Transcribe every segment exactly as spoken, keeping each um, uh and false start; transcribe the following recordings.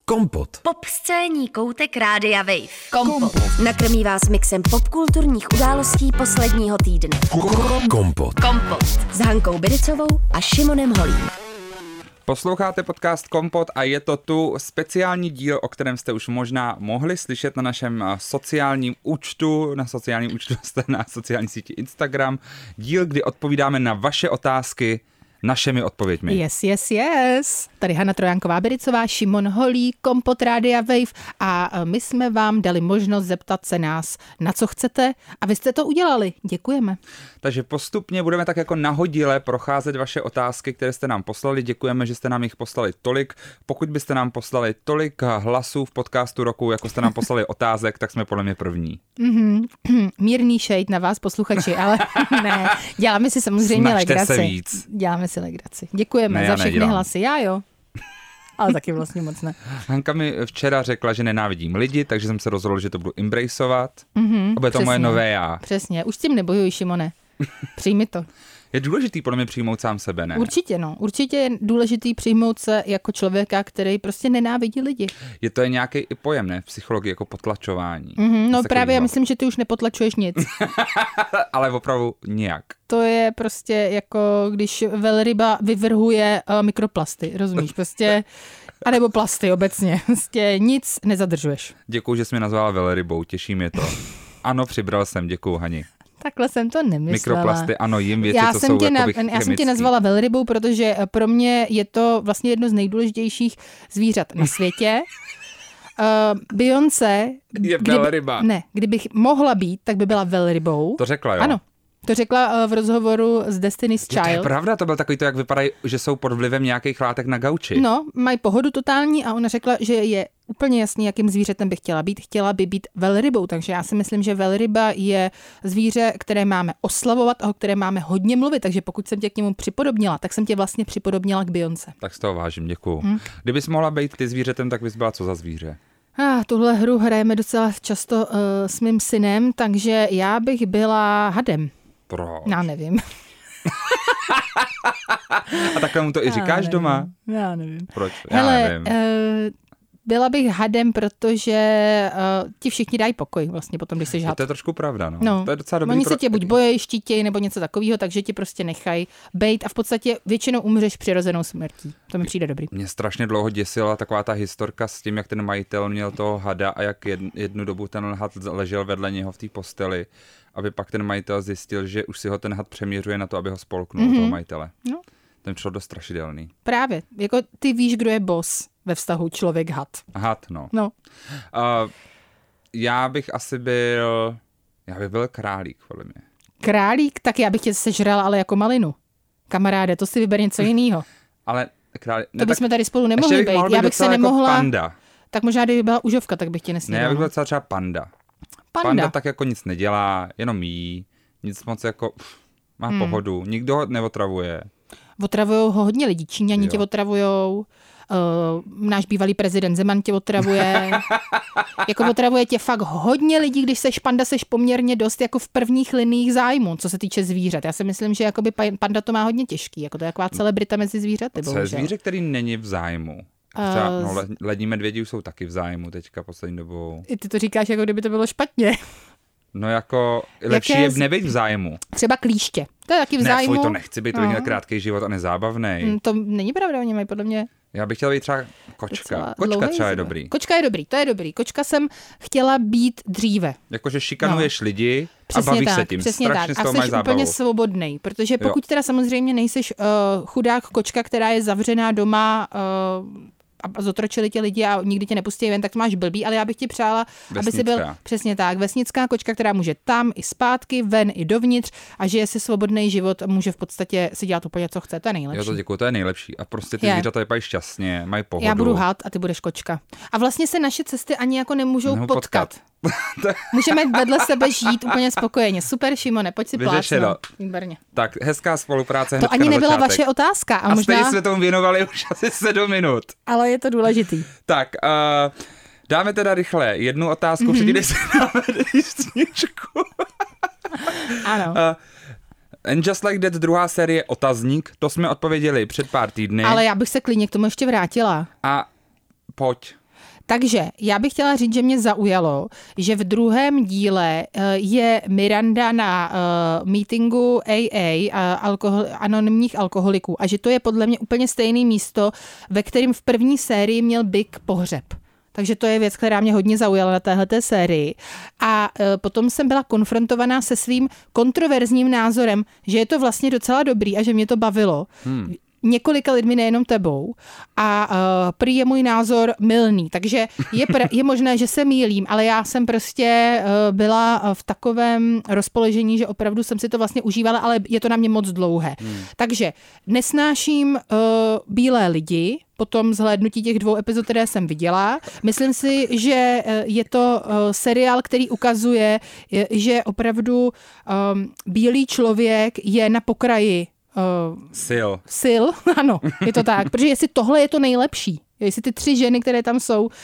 Kompot. Popscénní koutek Rádia Wave. Kompot. Nakrmí vás mixem popkulturních událostí posledního týdne. Kompot. Kompot. S Hankou Biricovou a Šimonem Holím. Posloucháte podcast Kompot a je to tu speciální díl, o kterém jste už možná mohli slyšet na našem sociálním účtu, na sociálním účtu jste na sociální síti Instagram. Díl, kdy odpovídáme na vaše otázky našimi odpověďmi. Yes, yes, yes. Tady Hana Trojanková Biricová, Šimon Holý, Kompot Rádia Wave a my jsme vám dali možnost zeptat se nás, na co chcete a vy jste to udělali. Děkujeme. Takže postupně budeme tak jako nahodile procházet vaše otázky, které jste nám poslali. Děkujeme, že jste nám jich poslali tolik. Pokud byste nám poslali tolik hlasů v podcastu roku, jako jste nám poslali otázek, tak jsme podle mě první. Mm-hmm. Mírný shade na vás, posluchači, ale ne. Děláme si samozřejmě Snažte legraci. se víc. Děláme si legraci. Děkujeme Ne, za já všechny nedělám. hlasy. Já jo. Ale taky vlastně moc ne. Hanka mi včera řekla, že nenávidím lidi, takže jsem se rozhodl, že to budu embraceovat. Mm-hmm, a bude to přesně. moje nové já. Přesně. Už s tím nebojuji, Šimone. Přijmi to. Je důležitý podle mě přijmout sám sebe, ne? Určitě, no. Určitě je důležitý přijmout se jako člověka, který prostě nenávidí lidi. Je to nějaký i pojem, ne? V psychologii jako potlačování. Mm-hmm, no Něco právě já takového. myslím, že ty už nepotlačuješ nic. Ale opravdu nijak. To je prostě jako, když velryba vyvrhuje uh, mikroplasty, rozumíš? Prostě, anebo plasty obecně. Prostě nic nezadržuješ. Děkuju, že jsi mě nazvala velrybou, těší mě to. Ano, přibral jsem, děkuju, Hani. Takhle jsem to nemyslela. Mikroplasty, ano, jim věci, já co jsem jsou tě jako na, chemický. Já jsem tě nazvala velrybou, protože pro mě je to vlastně jedno z nejdůležitějších zvířat na světě. Uh, Beyoncé... Je kdyby, velryba. Ne, kdybych mohla být, tak by byla velrybou. To řekla, jo? Ano, to řekla uh, v rozhovoru s Destiny's Jo, to je Child. pravda, to byl takový to, jak vypadají, že jsou pod vlivem nějakých látek na gauči. No, mají pohodu totální a ona řekla, že je úplně jasný, jakým zvířetem by chtěla být. Chtěla by být velrybou, takže já si myslím, že velryba je zvíře, které máme oslavovat a o které máme hodně mluvit, takže pokud jsem tě k němu připodobnila, tak jsem tě vlastně připodobnila k Beyoncé. Tak z toho vážím, děkuju. Hm. Kdybys mohla být ty zvířetem, tak bys byla co za zvíře? Ah, tuhle hru hrajeme docela často uh, s mým synem, takže já bych byla hadem. Proč? Já nevím. A takhle mu to i říkáš já doma? Já nevím. Proč? Já Hele, nevím. Uh, byla bych hadem, protože uh, ti všichni dají pokoj vlastně potom, když jsi had. To je trošku pravda, no. No, To je docela dobrý oni pro... se tě buď bojí, štítějí nebo něco takového, takže ti prostě nechají bejt a v podstatě většinou umřeš přirozenou smrtí. To mi přijde dobrý. Mě strašně dlouho děsila taková ta historka s tím, jak ten majitel měl toho hada a jak jednu dobu ten had ležel vedle něho v té posteli, aby pak ten majitel zjistil, že už si ho ten had přeměřuje na to, aby ho spolknul mm-hmm. toho majitele. No. Ten šlo dost strašidelný. Právě. Jako ty víš, kdo je boss ve vztahu člověk-had. Had, no. No. Uh, já bych asi byl... Já bych byl králík, podle mě. Králík, tak já bych tě sežral, ale jako malinu. Kamaráde, to si vyber něco jiného. Ale králík... To bychom tady spolu nemohli ještě bych být. mohl Já bych se docela nemohla... Jako panda. Tak možná, kdyby byla užovka, tak bych tě Ne, nesnědala. já bych byl docela třeba panda. Panda. Panda tak jako nic nedělá, jenom jí. Nic moc jako... Pff, má hmm. pohodu. Nikdo ho neotravuje. Otravujou ho hodně lidí. Číňani Jo. tě otravujou, uh, náš bývalý prezident Zeman tě otravuje. Jako otravuje tě fakt hodně lidí, když seš panda, seš poměrně dost jako v prvních liniích zájmu, co se týče zvířat. Já si myslím, že jakoby panda to má hodně těžký, jako to je taková celebrita mezi zvířaty. Co je bohužel. zvíře, který není v zájmu? Třeba, Uh, no, le- lední medvědi už jsou taky v zájmu teďka poslední dobou. I ty to říkáš, jako kdyby to bylo špatně. No jako lepší Jaké je z- nebejt v zájmu. Třeba klíště. To je taky v Ne, zájmu. fuj, to nechci být, to No. je krátký život a nezábavnej. Mm, To není pravda, oni mají podle mě Já bych chtěl být třeba kočka. docela Kočka dlouhý třeba je život. dobrý. Kočka je dobrý, to je dobrý. Kočka jsem chtěla být dříve. Jakože šikanuješ no. lidi a Přesně bavíš tak, se tím. přesně Strašně tak. z toho A máš jsi zábavu. úplně svobodnej, protože pokud teda samozřejmě nejseš uh, chudák kočka, která je zavřená doma uh, a zotročili tě lidi a nikdy tě nepustí ven, tak to máš blbý, ale já bych ti přála, aby si byl Vesnická. přesně tak, vesnická kočka, která může tam i zpátky, ven i dovnitř a žije si svobodný život a může v podstatě si dělat úplně, co chce, to je nejlepší. Jo, to děkuju, to je nejlepší. A prostě ty Je. zvířata vypadají šťastně, mají pohodu. Já budu had a ty budeš kočka. A vlastně se naše cesty ani jako nemůžou Nemohu potkat. Můžeme vedle sebe žít úplně spokojeně. Super, Šimone, pojď si Vyřešeno. plácnout. Výborně. Tak, hezká spolupráce To hnedka ani na nebyla začátek. vaše otázka. A, A možná, stejně jsme tomu věnovali už asi sedm minut. ale je to důležitý. Tak, uh, dáme teda rychle jednu otázku, mm-hmm. předtím, než si dáme lístničku. Ano. Uh, And Just Like That, druhá série Otazník, to jsme odpověděli před pár týdny. Ale já bych se klidně k tomu ještě vrátila. A pojď. Takže já bych chtěla říct, že mě zaujalo, že v druhém díle je Miranda na uh, meetingu A A, alkohol, anonymních alkoholiků, a že to je podle mě úplně stejné místo, ve kterém v první sérii měl Big pohřeb. Takže to je věc, která mě hodně zaujala na téhleté sérii. A uh, potom jsem byla konfrontovaná se svým kontroverzním názorem, že je to vlastně docela dobrý a že mě to bavilo. Hmm. Několika lidmi, nejenom tebou. A uh, prý je můj názor mylný. Takže je, pr- je možné, že se mýlím, ale já jsem prostě uh, byla v takovém rozpoložení, že opravdu jsem si to vlastně užívala, ale je to na mě moc dlouhé. Hmm. Takže nesnáším uh, bílé lidi, potom zhlédnutí těch dvou epizod, které jsem viděla. Myslím si, že je to uh, seriál, který ukazuje, je, že opravdu um, bílý člověk je na pokraji Uh, sil. Sil, ano, je to tak. Protože jestli tohle je to nejlepší, jestli ty tři ženy, které tam jsou, uh,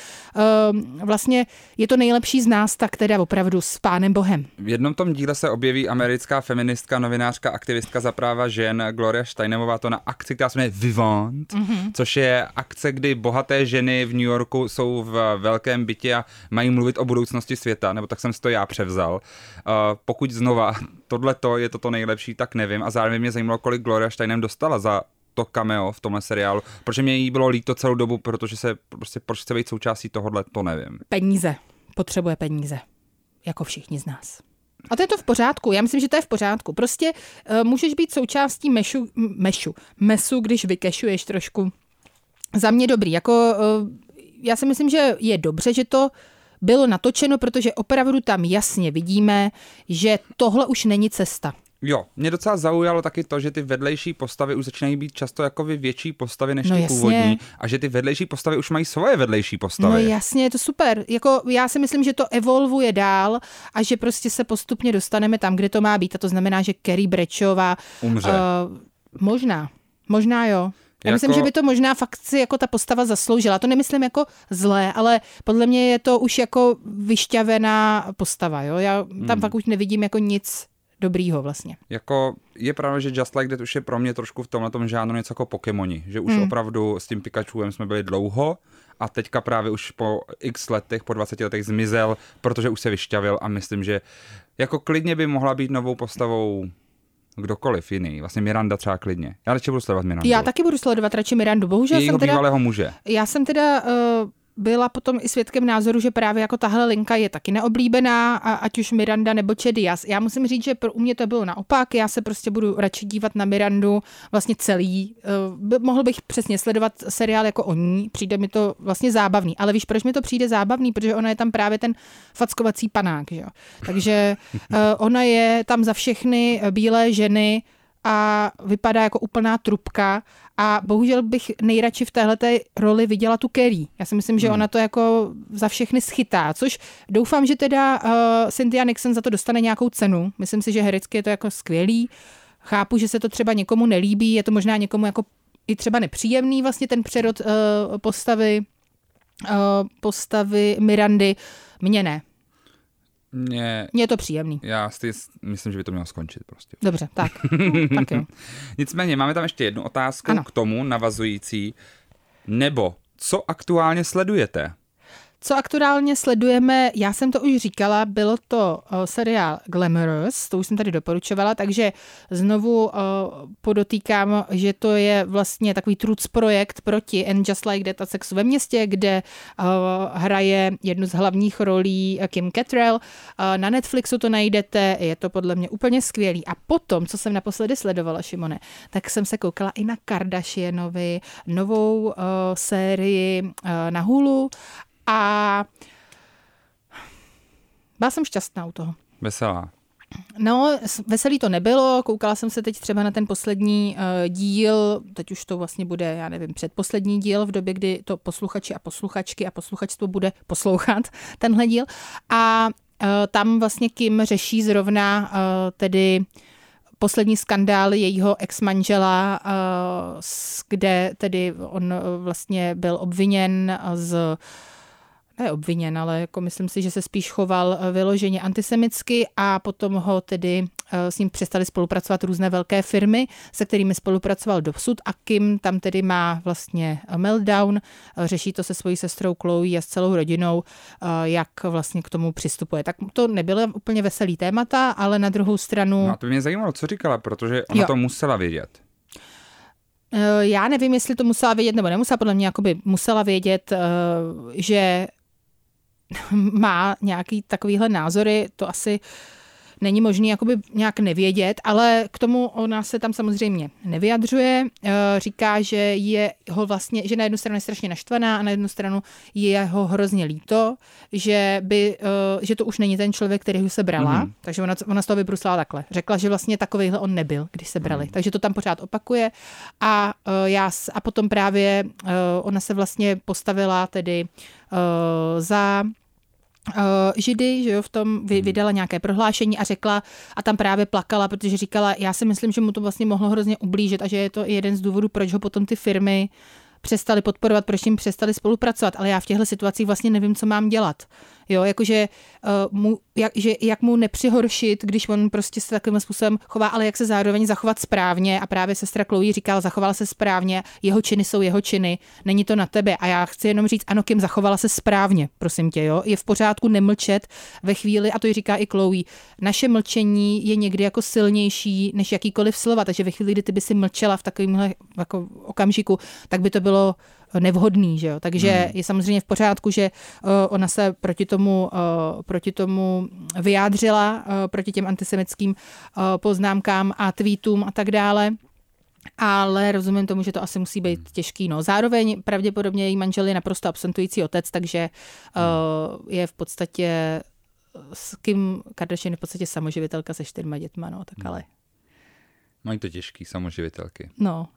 vlastně je to nejlepší z nás, tak teda opravdu s Pánem Bohem. V jednom tom díle se objeví americká feministka, novinářka, aktivistka za práva žen Gloria Steinemová to na akci, která se jmenuje Vivant, mm-hmm. což je akce, kdy bohaté ženy v New Yorku jsou v velkém bytě a mají mluvit o budoucnosti světa, nebo tak jsem si to já převzal. Uh, pokud znova tohleto je to to nejlepší, tak nevím. A zároveň mě zajímalo, kolik Gloria Steinem dostala za to cameo v tomhle seriálu, protože mě jí bylo líto celou dobu, protože se prostě proč chce být součástí tohohle, to nevím. Peníze. Potřebuje peníze. Jako všichni z nás. A to je to v pořádku. Já myslím, že to je v pořádku. Prostě uh, můžeš být součástí mešu, mešu, mesu, když vykešuješ trošku. Za mě dobrý. Jako, uh, já si myslím, že je dobře, že to bylo natočeno, protože opravdu tam jasně vidíme, že tohle už není cesta. Jo, mě docela zaujalo taky to, že ty vedlejší postavy už začínají být často jako větší postavy než no ty jasně. původní a že ty vedlejší postavy už mají svoje vedlejší postavy. No jasně, je to super. Jako já si myslím, že to evolvuje dál a že prostě se postupně dostaneme tam, kde to má být. A to znamená, že Carrie Bratchowová umře. Uh, možná, možná jo. Já jako... myslím, že by to možná fakt si jako ta postava zasloužila. To nemyslím jako zlé, ale podle mě je to už jako vyšťavená postava. Jo? Já tam hmm. fakt už nevidím jako nic dobrýho vlastně. Jako je pravda, že Just Like That už je pro mě trošku v tomhletom žánru něco jako Pokémoni, že už hmm. opravdu s tím Pikachuem jsme byli dlouho a teďka právě už po x letech, po dvaceti letech zmizel, protože už se vyšťavil a myslím, že jako klidně by mohla být novou postavou kdokoliv jiný. Vlastně Miranda třeba klidně. Já radši budu sledovat Mirandu. Já taky budu sledovat radši Mirandu. Bohužel Jejího jsem teda... bývalého muže. Já jsem teda... Uh... byla potom i svědkem názoru, že právě jako tahle linka je taky neoblíbená, a ať už Miranda nebo Chad Diaz. Já musím říct, že pro u mě to bylo naopak, já se prostě budu radši dívat na Mirandu vlastně celý. Uh, mohl bych přesně sledovat seriál jako o ní, přijde mi to vlastně zábavný. Ale víš, proč mi to přijde zábavný? Protože ona je tam právě ten fackovací panák, že jo. Takže uh, ona je tam za všechny bílé ženy a vypadá jako úplná trubka a bohužel bych nejradši v téhleté roli viděla tu Carrie. Já si myslím, že ona to jako za všechny schytá, což doufám, že teda uh, Cynthia Nixon za to dostane nějakou cenu. Myslím si, že herecky je to jako skvělý. Chápu, že se to třeba někomu nelíbí, je to možná někomu jako i třeba nepříjemný vlastně ten přerod uh, postavy, uh, postavy Mirandy. Mně ne. Mně je to příjemný. Já si myslím, že by to mělo skončit prostě. Dobře, tak. tak jo. Nicméně máme tam ještě jednu otázku ano. k tomu navazující. Nebo co aktuálně sledujete? Co aktuálně sledujeme, já jsem to už říkala, bylo to uh, seriál Glamorous, to už jsem tady doporučovala, takže znovu uh, podotýkám, že to je vlastně takový truc projekt proti And Just Like That a Sexu ve městě, kde uh, hraje jednu z hlavních rolí Kim Cattrall. Uh, na Netflixu to najdete, je to podle mě úplně skvělý. A potom, co jsem naposledy sledovala, Šimone, tak jsem se koukala i na Kardashianovi novou uh, sérii uh, na Hulu. A byla jsem šťastná u toho. Veselá. No, veselý to nebylo, koukala jsem se teď třeba na ten poslední uh, díl, teď už to vlastně bude, já nevím, předposlední díl v době, kdy to posluchači a posluchačky a posluchačstvo bude poslouchat tenhle díl. A uh, tam vlastně Kim řeší zrovna uh, tedy poslední skandál jejího ex-manžela, uh, kde tedy on vlastně byl obviněn z ne obviněn, ale jako myslím si, že se spíš choval vyloženě antisemicky a potom ho tedy s ním přestaly spolupracovat různé velké firmy, se kterými spolupracoval dosud a Kim tam tedy má vlastně meltdown, řeší to se svojí sestrou Chloe a s celou rodinou, jak vlastně k tomu přistupuje. Tak to nebyly úplně veselý témata, ale na druhou stranu... No a to mě zajímalo, co říkala, protože ona jo. to musela vědět. Já nevím, jestli to musela vědět, nebo nemusela, podle mě jakoby musela vědět, že má nějaký takovýhle názory, to asi není možný jakoby nějak nevědět, ale k tomu ona se tam samozřejmě nevyjadřuje. Říká, že je ho vlastně, že na jednu stranu je strašně naštvaná a na jednu stranu je ho hrozně líto, že, by, že to už není ten člověk, který ho se brala. Mm-hmm. Takže ona, ona z toho vybruslala takhle. Řekla, že vlastně takovejhle on nebyl, když se brali. Mm-hmm. Takže to tam pořád opakuje. A, já, a potom právě ona se vlastně postavila tedy za... Uh, Židy, že jo, v tom vydala nějaké prohlášení a řekla, a tam právě plakala, protože říkala, já si myslím, že mu to vlastně mohlo hrozně ublížit a že je to jeden z důvodů, proč ho potom ty firmy přestali podporovat, proč jim přestali spolupracovat, ale já v těchto situacích vlastně nevím, co mám dělat. Jo, jakože uh, mu, jak, že, jak mu nepřihoršit, když on prostě se takovým způsobem chová, ale jak se zároveň zachovat správně a právě sestra Chloe říkala, zachovala se správně, jeho činy jsou jeho činy, není to na tebe a já chci jenom říct, ano, Kim, zachovala se správně, prosím tě, jo, je v pořádku nemlčet ve chvíli, a to ji říká i Chloe, naše mlčení je někdy jako silnější než jakýkoliv slova, takže ve chvíli, kdy ty by si mlčela v takovémhle jako okamžiku, tak by to bylo nevhodný, že jo. Takže hmm. je samozřejmě v pořádku, že uh, ona se proti tomu, uh, proti tomu vyjádřila, uh, proti těm antisemitským uh, poznámkám a tweetům a tak dále. Ale rozumím tomu, že to asi musí být těžký. No. Zároveň pravděpodobně její manžel je naprosto absentující otec, takže uh, je v podstatě s Kim Kardashian je v podstatě samoživitelka se čtyřma dětma, no, tak ale... Mají to těžký, samoživitelky. No.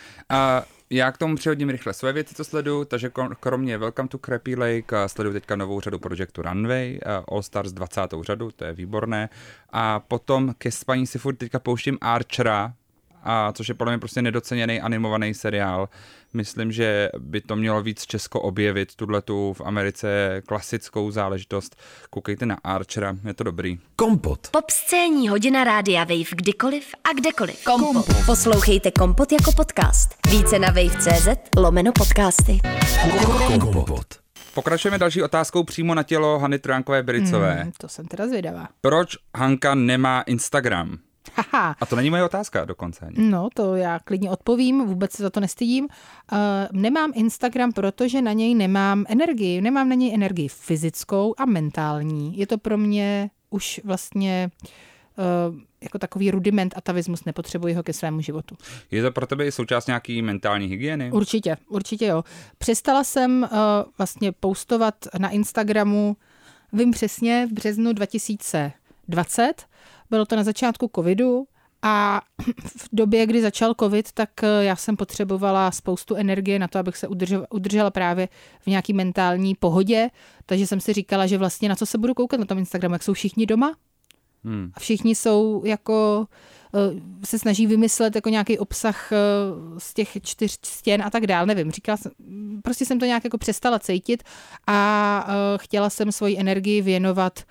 A já k tomu přihodím rychle své věci, co sleduju, takže kromě Welcome to Crappy Lake sleduju teďka novou řadu Projectu Runway, All Stars dvacátou řadu, to je výborné. A potom ke spaní si furt teďka pouštím Archera, a což je podle mě prostě nedoceněný animovaný seriál. Myslím, že by to mělo víc Česko objevit, tuhletu v Americe klasickou záležitost. Koukejte na Archera, je to dobrý. Kompot. Pop scéní hodina rádia Wave kdykoliv a kdekoliv. Kompot. Kompot. Poslouchejte Kompot jako podcast. Více na wave tečka cz lomeno podcasty. Kompot. Pokračujeme další otázkou přímo na tělo Hany Trojánkové-Bericové. Hmm, to jsem teda zvědavá. Proč Hanka nemá Instagram? Haha. A to není moje otázka dokonce. Ani. No, to já klidně odpovím, vůbec se za to nestydím. Uh, nemám Instagram, protože na něj nemám energii. Nemám na něj energii fyzickou a mentální. Je to pro mě už vlastně uh, jako takový rudiment atavismus, nepotřebuji ho ke svému životu. Je to pro tebe i součást nějaký mentální hygieny? Určitě, určitě jo. Přestala jsem uh, vlastně postovat na Instagramu, vím přesně, v březnu dva tisíce dvacet. Bylo to na začátku covidu a v době, kdy začal covid, tak já jsem potřebovala spoustu energie na to, abych se udržela, udržela právě v nějaký mentální pohodě. Takže jsem si říkala, že vlastně na co se budu koukat na tom Instagramu, jak jsou všichni doma. Hmm. A všichni jsou jako, se snaží vymyslet jako nějaký obsah z těch čtyř stěn a tak dál, nevím. Říkala jsem, prostě jsem to nějak jako přestala cítit a chtěla jsem svoji energii věnovat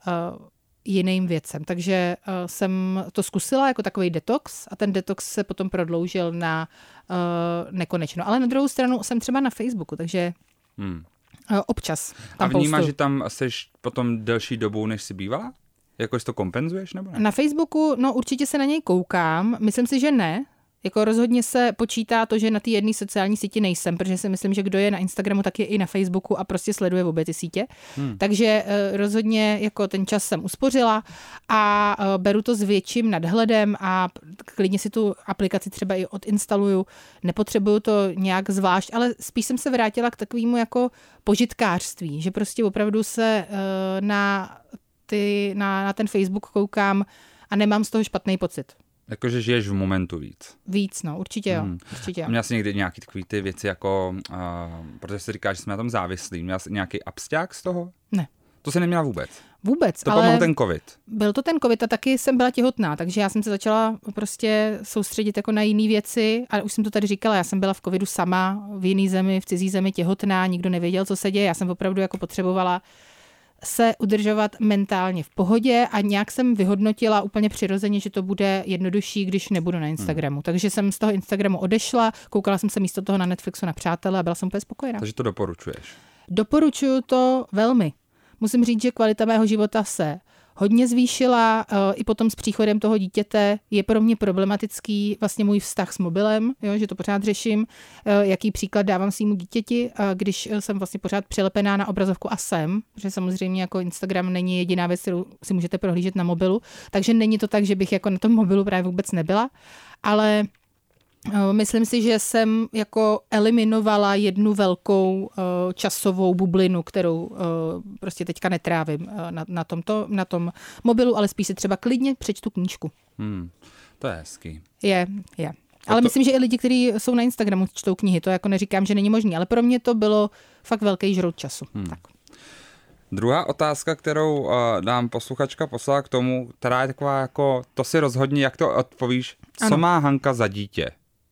jiným věcem. Takže uh, jsem to zkusila jako takový detox a ten detox se potom prodloužil na uh, nekonečno. Ale na druhou stranu jsem třeba na Facebooku, takže hmm. uh, občas tam A vnímáš, postu. že tam seš potom delší dobu, než jsi bývala? Jakož to kompenzuješ, nebo ne? Na Facebooku, no určitě se na něj koukám. Myslím si, že ne. Jako rozhodně se počítá to, že na té jedné sociální síti nejsem, protože si myslím, že kdo je na Instagramu, tak je i na Facebooku a prostě sleduje obě ty sítě. Hmm. Takže uh, rozhodně jako ten čas jsem uspořila a uh, beru to s větším nadhledem a klidně si tu aplikaci třeba i odinstaluju. Nepotřebuju to nějak zvlášť, ale spíš jsem se vrátila k takovému jako požitkářství, že prostě opravdu se uh, na, ty, na, na ten Facebook koukám a nemám z toho špatný pocit. Jakože žiješ v momentu víc. Víc, no, určitě jo. Hmm. Určitě jo. A měl jsi někdy nějaký takový ty věci jako, uh, protože si říkáš, že jsme na tom závislí, měl jsi nějaký absťák z toho? Ne. To jsi neměla vůbec? Vůbec, to ale... To pomohl ten covid? Byl to ten covid a taky jsem byla těhotná, takže já jsem se začala prostě soustředit jako na jiné věci a už jsem to tady říkala, já jsem byla v covidu sama, v jiný zemi, v cizí zemi těhotná, nikdo nevěděl, co se děje, já jsem opravdu jako potřebovala se udržovat mentálně v pohodě a nějak jsem vyhodnotila úplně přirozeně, že to bude jednodušší, když nebudu na Instagramu. Hmm. Takže jsem z toho Instagramu odešla, koukala jsem se místo toho na Netflixu na Přátele a byla jsem úplně spokojená. Takže to doporučuješ? Doporučuju to velmi. Musím říct, že kvalita mého života se hodně zvýšila, i potom s příchodem toho dítěte je pro mě problematický vlastně můj vztah s mobilem, jo, že to pořád řeším, jaký příklad dávám svýmu dítěti, když jsem vlastně pořád přilepená na obrazovku a jsem, protože samozřejmě jako Instagram není jediná věc, kterou si můžete prohlížet na mobilu, takže není to tak, že bych jako na tom mobilu právě vůbec nebyla, ale myslím si, že jsem jako eliminovala jednu velkou uh, časovou bublinu, kterou uh, prostě teďka netrávím uh, na, na, tomto, na tom mobilu, ale spíš si třeba klidně přečtu knížku. Hmm, to je hezký. Je, je. Ale to... myslím, že i lidi, kteří jsou na Instagramu, čtou knihy, to jako neříkám, že není možný, ale pro mě to bylo fakt velký žrout času. Hmm. Tak. Druhá otázka, kterou uh, nám posluchačka poslala k tomu, která je taková jako, to si rozhodni, jak to odpovíš, co ano. má Hanka za dítě?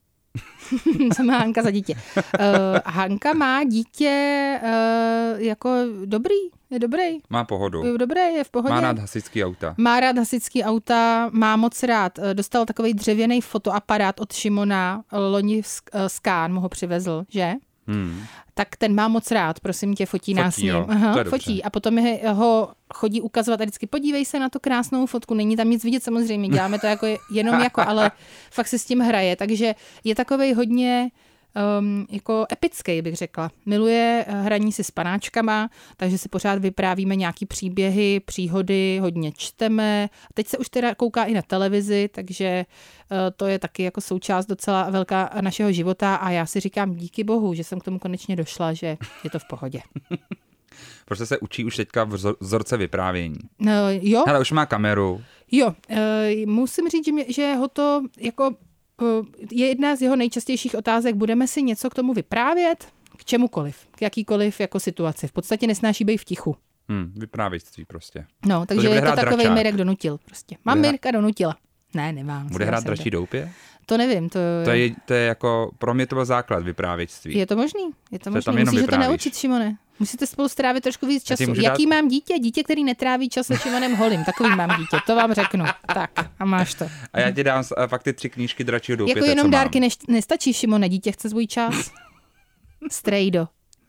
Co má Hanka za dítě? Uh, Hanka má dítě uh, jako dobrý, je dobrý. Má pohodu. Je dobrý, je v pohodě. Má rád hasičský auta. Má rád hasičský auta, má moc rád. Dostal takový dřevěný fotoaparát od Šimona, loni z Cannes mu ho přivezl, že? Hmm. Tak ten má moc rád, prosím tě, fotí, fotí nás s ním. Aha, fotí. A potom ho chodí ukazovat a vždycky podívej se na tu krásnou fotku, není tam nic vidět samozřejmě, děláme to jako jenom jako, ale fakt se s tím hraje, takže je takovej hodně um, jako epický, bych řekla. Miluje hraní si s panáčkama, takže si pořád vyprávíme nějaký příběhy, příhody, hodně čteme. Teď se už teda kouká i na televizi, takže uh, to je taky jako součást docela velká našeho života a já si říkám díky bohu, že jsem k tomu konečně došla, že je to v pohodě. Protože se učí už teďka v vzorce vyprávění. No, jo. Ale už má kameru. Jo, uh, musím říct, že, mě, že ho to jako je jedna z jeho nejčastějších otázek, budeme si něco k tomu vyprávět? K čemukoliv, k jakýkoliv jako situaci. V podstatě nesnáší být v tichu. Hmm, vyprávěctví prostě. No, takže je to takovej Mirek donutil prostě. Mám bude Mirka donutila. Ne, nemám. Bude hrát Dračí doupě? To nevím. To... To, je, to je jako, pro mě to byl základ vyprávěčství. Je to možný, je to, to možný. Musíš to naučit, Šimone. Musíte spolu strávit trošku víc času. Jaký dát... mám dítě? Dítě, který netráví čas se Šimonem Holým. Takový mám dítě, to vám řeknu. Tak, a máš to. A já ti dám fakt ty tři knížky Dračího doupě. Jako jenom dárky neš... nestačí, Šimone, dítě chce svůj čas. Strejdo.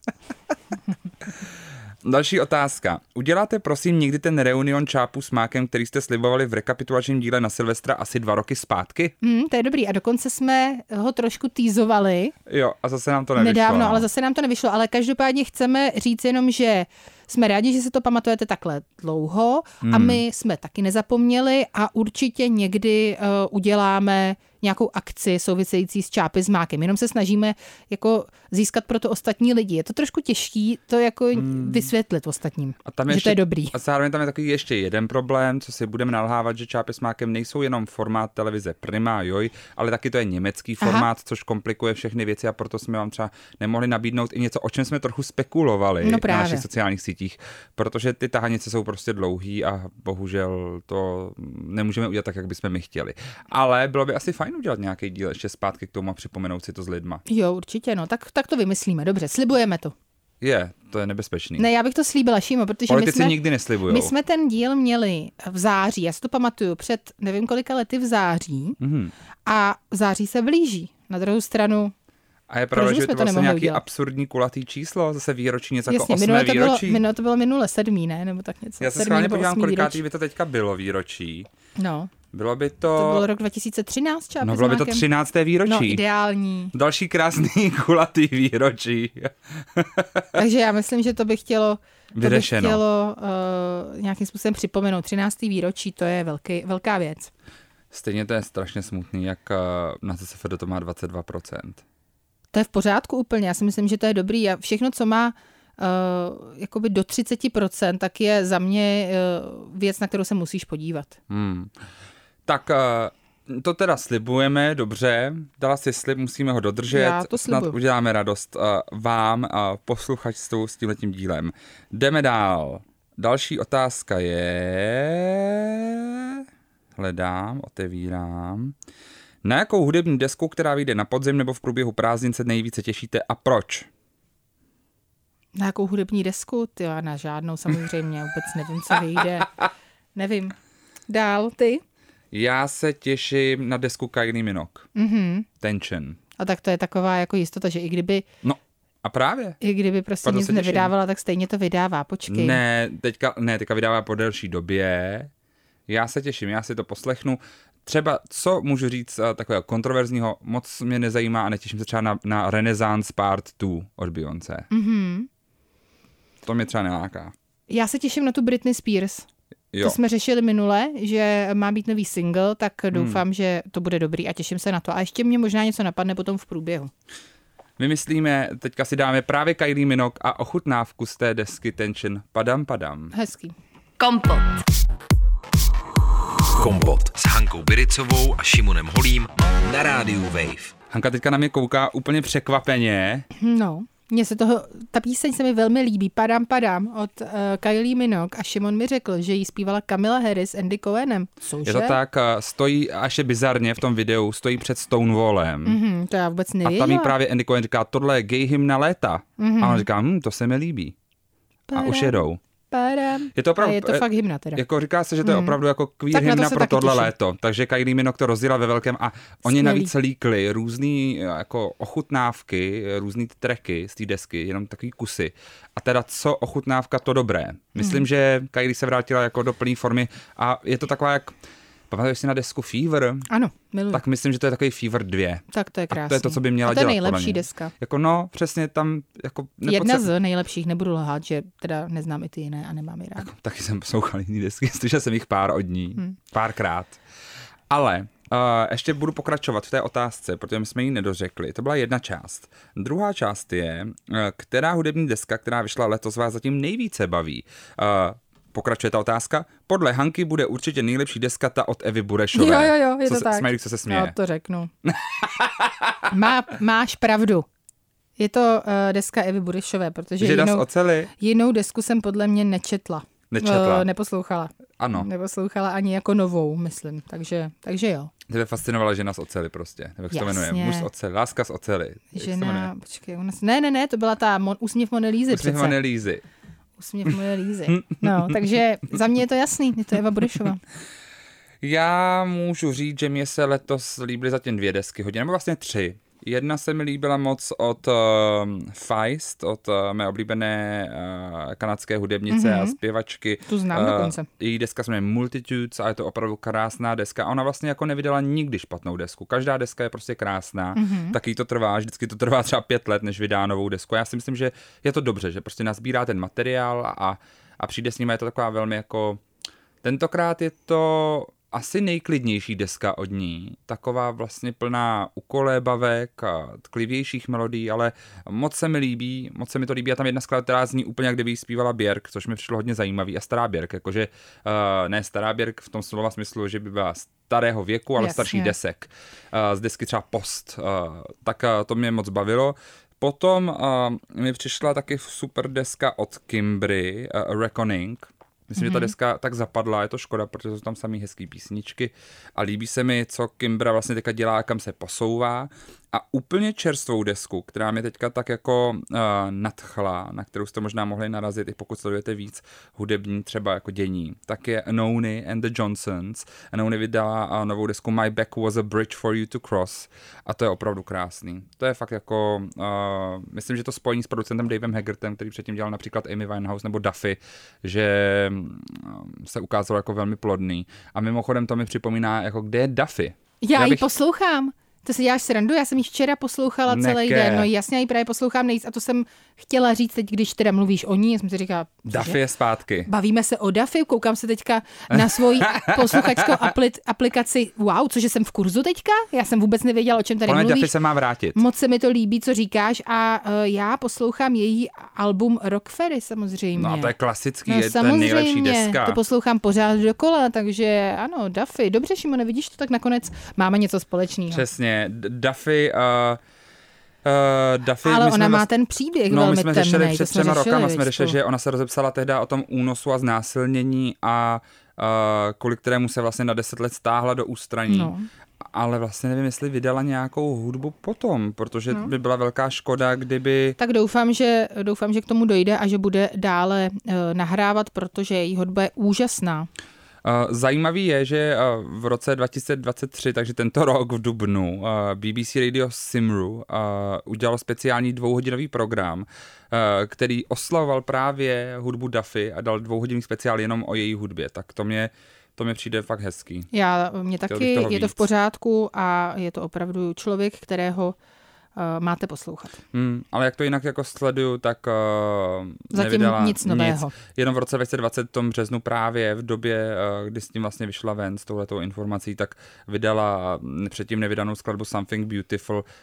Další otázka. Uděláte prosím někdy ten reunion Čápů s mákem, který jste slibovali v rekapitulačním díle na Silvestra asi dva roky zpátky? Hmm, to je dobrý. A dokonce jsme ho trošku týzovali. Jo, a zase nám to nevyšlo. Nedávno, ale zase nám to nevyšlo. Ale každopádně chceme říct jenom, že jsme rádi, že se to pamatujete takhle dlouho hmm. a my jsme taky nezapomněli a určitě někdy uh, uděláme nějakou akci související s Čápy s mákem. Jenom se snažíme jako získat pro to ostatní lidi. Je to trošku těžký to jako hmm. vysvětlit ostatním, a tam že ještě, to je dobrý. A zároveň tam je takový ještě jeden problém, co si budeme nalhávat, že Čápy s mákem nejsou jenom formát televize Prima, Joj, ale taky to je německý formát, Aha. což komplikuje všechny věci a proto jsme vám třeba nemohli nabídnout i něco, o čem jsme trochu spekulovali no na našich sociálních sítích, protože ty tahanice jsou prostě dlouhý a bohužel to nemůžeme udělat tak, jak bychom my chtěli. Ale bylo by asi fajn udělat nějaký díl ještě zpátky k tomu a připomenout si to s lidma. Jo, určitě, no, tak, tak to vymyslíme, dobře, slibujeme to. Je, to je nebezpečný. Ne, já bych to slíbila, Šímo, protože politici my jsme, nikdy neslibujou. My jsme ten díl měli v září, já si to pamatuju, před nevím kolika lety v září mm-hmm. a v září se blíží. Na druhou stranu a je pravda, že je to vlastně nějaký udělat? Absurdní kulatý číslo, zase výročí, něco Jasně, jako osmé to výročí. Bylo, minule to bylo minule sedmý, ne? Nebo tak něco. Já se schválně podívám, kolikátý by to teďka bylo výročí. No. Bylo by to... To bylo rok dva tisíce třináct, Čápy No bylo by to třinácté výročí. No, ideální. Další krásný kulatý výročí. Takže já myslím, že to by chtělo... To by Vyřešeno. chtělo uh, nějakým způsobem připomenout. třinácté výročí, to je velký, velká věc. Stejně to je strašně smutný, jak uh, na C S F D to má dvacet dva procent. To je v pořádku úplně, já si myslím, že to je dobrý a všechno, co má uh, jakoby do třicet procent, tak je za mě uh, věc, na kterou se musíš podívat. Hmm. Tak uh, to teda slibujeme, dobře, dala si slib, musíme ho dodržet, já to snad uděláme radost uh, vám a posluchačstvu s tímhletím dílem. Jdeme dál. Další otázka je... Hledám, otevírám... Na jakou hudební desku, která vyjde na podzim nebo v průběhu prázdnin, se nejvíce těšíte a proč? Na jakou hudební desku? Ty na žádnou samozřejmě, vůbec nevím, co vyjde. Nevím. Dál, ty? Já se těším na desku Kylie Minogue. Mm-hmm. Tension. A tak to je taková jako jistota, že i kdyby... No a právě. I kdyby prostě Proto nic nevydávala, tak stejně to vydává, počkej. Ne, teďka, ne, teďka vydává po delší době. Já se těším, já si to poslechnu. Třeba, co můžu říct takového kontroverzního, moc mě nezajímá a netěším se třeba na, na Renaissance Part dva od Beyoncé. Mm-hmm. To mě třeba neláká. Já se těším na tu Britney Spears. Jo. To jsme řešili minule, že má být nový single, tak doufám, hmm. že to bude dobrý a těším se na to. A ještě mě možná něco napadne potom v průběhu. My myslíme, teďka si dáme právě Kylie Minogue a ochutnávku z té desky Tension. Padam, padam. Hezký. Kompot. Kompot s Hankou Biricovou a Šimonem Holím na rádiu Wave. Hanka teďka na mě kouká úplně překvapeně. No, mně se toho, ta píseň se mi velmi líbí, Padam, padam, od uh, Kylie Minogue a Šimon mi řekl, že jí zpívala Camila Harris s Andy Cohenem. Cože? Je to tak, stojí až je bizarně v tom videu, stojí před Stonewallem. Mm-hmm, to já vůbec nevěděla. A tam jí právě Andy Cohen říká, tohle je gay hymna léta. Mm-hmm. A on říká, hm, to se mi líbí. Padam. A už jedou. Padam. Je to, opravdu, a je to fakt hymna teda. Jako říká se, že to je opravdu jako queer tak hymna to pro tohle těším. léto. Takže Kylie Minogue to rozdělila ve velkém a oni Skvělý. navíc líkli různý jako ochutnávky, různý tracky z té desky, jenom takový kusy. A teda co ochutnávka, to dobré. Myslím, hmm. že Kylie se vrátila jako do plné formy a je to taková jak... Pamatuješ si na desku Fever? Ano, miluji. Tak myslím, že to je takový Fever dva. Tak to je krásný. A to je to, co by měla a to je dělat. nejlepší deska. Jako no, přesně tam jako nepotřeb... Jedna z nejlepších, nebudu lhát, že teda neznám i ty jiné a nemám je rád. Jako, taky jsem poslouchal jiný desky, slyšel jsem jich pár od ní, hmm. párkrát. Ale uh, ještě budu pokračovat v té otázce, protože my jsme ji nedořekli. To byla jedna část. Druhá část je, uh, která hudební deska, která vyšla letos, vás zatím nejvíce baví. Uh, Pokračuje ta otázka. Podle Hanky bude určitě nejlepší deska ta od Evy Burešové. Jo, jo, jo, je co to se, tak. Smajlík, co se směje. No, to řeknu. Má, máš pravdu. Je to uh, deska Evy Burešové, protože Žida jinou, z oceli. jinou desku jsem podle mě nečetla. Nečetla. Uh, neposlouchala. Ano. Neposlouchala ani jako novou, myslím. Takže, takže jo. Tebe fascinovala Žena z oceli prostě. Nebo jak se to jmenuje? Muž z oceli. Láska z oceli. Žena, počkej. Ona, ne, ne, ne, to byla ta mon, úsměv Mony Lízy. Úsměv Mony Lízy. Úsměv Mony Lízy. No, takže za mě je to jasný. Je to Eva Burešová. Já můžu říct, že mě se letos líbily zatím dvě desky hodně, nebo vlastně tři. Jedna se mi líbila moc od uh, Feist, od uh, mé oblíbené uh, kanadské hudebnice mm-hmm. a zpěvačky. Tu znám uh, dokonce. Její deska se jmenuje Multitudes a je to opravdu krásná deska. A ona vlastně jako nevydala nikdy špatnou desku. Každá deska je prostě krásná. Mm-hmm. Taky to trvá, vždycky to trvá třeba pět let, než vydá novou desku. Já si myslím, že je to dobře, že prostě nazbírá ten materiál a, a přijde s ním, je to taková velmi jako... Tentokrát je to... asi nejklidnější deska od ní, taková vlastně plná ukolébavek a tklivějších melodií, ale moc se mi líbí, moc se mi to líbí a tam jedna skladba, která zní úplně, jak kdyby jí zpívala Björk, což mi přišlo hodně zajímavý a stará Björk, jakože uh, ne stará Björk v tom slova smyslu, že by byla starého věku, ale Jasně. starší desek, uh, z desky třeba Post, uh, tak uh, to mě moc bavilo. Potom uh, mi přišla taky super deska od Kimbry, uh, Reckoning. Myslím, mm-hmm. že ta deska tak zapadla, je to škoda, protože jsou tam samý hezký písničky a líbí se mi, co Kimbra vlastně teďka dělá, kam se posouvá. A úplně čerstvou desku, která mě teďka tak jako uh, nadchla, na kterou jste možná mohli narazit, i pokud sledujete víc hudební třeba jako dění, tak je Anony and the Johnsons. Anony vydala uh, novou desku My Back Was a Bridge for You to Cross a to je opravdu krásný. To je fakt jako, uh, myslím, že to spojení s producentem Davem Haggertem, který předtím dělal například Amy Winehouse nebo Duffy, že um, se ukázalo jako velmi plodný. A mimochodem to mi připomíná, jako kde je Duffy? Já, já bych... ji poslouchám. To si děláš srandu, já jsem ji včera poslouchala Neke. celý den, no jasně, já ji právě poslouchám nejvíc a to jsem chtěla říct teď, když teda mluvíš o ní, já jsem si říkala, Duffy je zpátky. Bavíme se o Duffy, koukám se teďka na svoji posluchačskou apli- aplikaci, wow, cože jsem v kurzu teďka? Já jsem vůbec nevěděla, o čem tady Podle mluvíš. Duffy se má vrátit. Moc se mi to líbí, co říkáš a uh, já poslouchám její album Rock Ferry samozřejmě. No to je klasický, no, je to nejlepší deska. To poslouchám pořád dokola, takže ano, Duffy. Dobře, Šimone, vidíš to, tak nakonec máme něco společného. Přesně, Duffy... Uh... Uh, Duffy, ale ona má vlast... ten příběh no, velmi temný. No, my jsme řešili před třema rokama, jsme řešili, že ona se rozepsala tehda o tom únosu a znásilnění a uh, kvůli kterému se vlastně na deset let stáhla do ústraní. No. ale vlastně nevím, jestli vydala nějakou hudbu potom, protože no. by byla velká škoda, kdyby... Tak doufám, že, doufám, že k tomu dojde a že bude dále uh, nahrávat, protože její hudba je úžasná. Zajímavý je, že v roce dva tisíce dvacet tři, takže tento rok v dubnu, B B C Radio Cymru udělalo speciální dvouhodinový program, který oslavoval právě hudbu Duffy a dal dvouhodinový speciál jenom o její hudbě. Tak to mě, to mě přijde fakt hezký. Já, mě taky, je víc. To v pořádku a je to opravdu člověk, kterého Uh, máte poslouchat. Hmm, ale jak to jinak jako sleduju, tak uh, zatím nevydala nic nového. Nic. Jenom v roce dva tisíce dvacet, v tom březnu právě, v době, uh, kdy s tím vlastně vyšla ven s touhletou informací, tak vydala předtím nevydanou skladbu Something Beautiful, uh,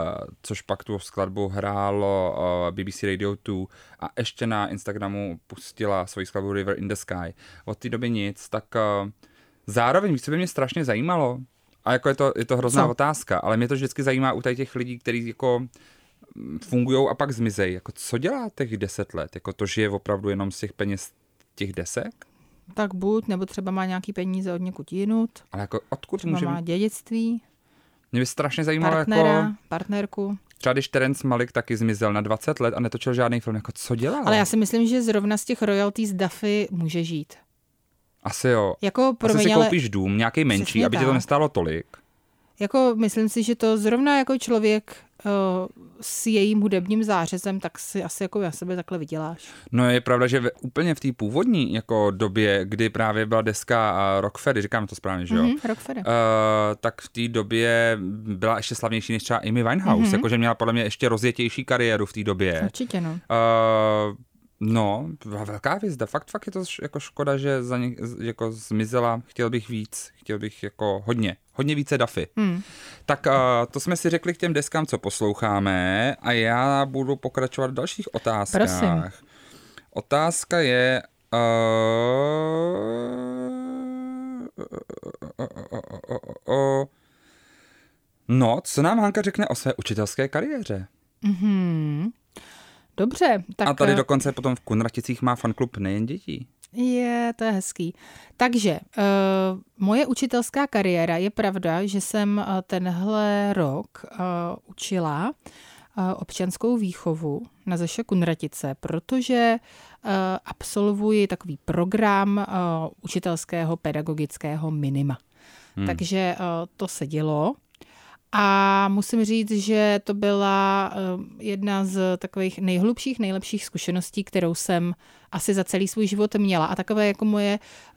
což pak tu skladbu hrálo uh, B B C Radio dva a ještě na Instagramu pustila svoji skladbu River in the Sky. Od té doby nic, tak uh, zároveň, víš, co by mě strašně zajímalo, a jako je to, je to hrozná co? otázka, ale mě to vždycky zajímá u těch lidí, kteří jako fungujou a pak zmizejí. Jako co dělá těch deset let? Jako to žije opravdu jenom z těch peněz těch desek? Tak buď, nebo třeba má nějaký peníze od někud jinut. Ale jako odkud třeba může... má dědictví. Mě by strašně zajímalo partnera, jako... partnerku. Třeba když Terence Malick taky zmizel na dvacet let a netočil žádný film, jako co dělal? Ale já si myslím, že zrovna z těch royalties Duffy může žít. Asi jo. Jako Asi si koupíš dům, nějaký menší, aby tě to nestálo tolik. Jako myslím si, že to zrovna jako člověk uh, s jejím hudebním zářezem, tak si asi jako já sebe takhle vyděláš. No je pravda, že v, úplně v té původní jako době, kdy právě byla deska uh, Rock Ferry, říkáme to správně, že jo? Mm-hmm, Rock Ferry. Uh, tak v té době byla ještě slavnější než třeba Amy Winehouse, mm-hmm. jakože měla podle mě ještě rozjetější kariéru v té době. Určitě, no. Uh, No, byla velká hvězda. Fakt, fakt je to jako škoda, že za ně, jako zmizela. Chtěl bych víc. Chtěl bych jako hodně. Hodně více Duffy. Hmm. Tak uh, to jsme si řekli k těm deskám, co posloucháme a já budu pokračovat v dalších otázkách. Prosím. Otázka je... Uh, uh, uh, uh, uh, uh, no, co nám Hanka řekne o své učitelské kariéře? Mhm. Dobře. Tak... A tady dokonce potom v Kunraticích má fanklub nejen dětí. Je, to je hezký. Takže uh, moje učitelská kariéra, je pravda, že jsem uh, tenhle rok uh, učila uh, občanskou výchovu na Zeše Kunratice, protože uh, absolvuji takový program uh, učitelského pedagogického minima. Hmm. Takže uh, to se dělo. A musím říct, že to byla jedna z takových nejhlubších, nejlepších zkušeností, kterou jsem asi za celý svůj život měla. A takové jako moje,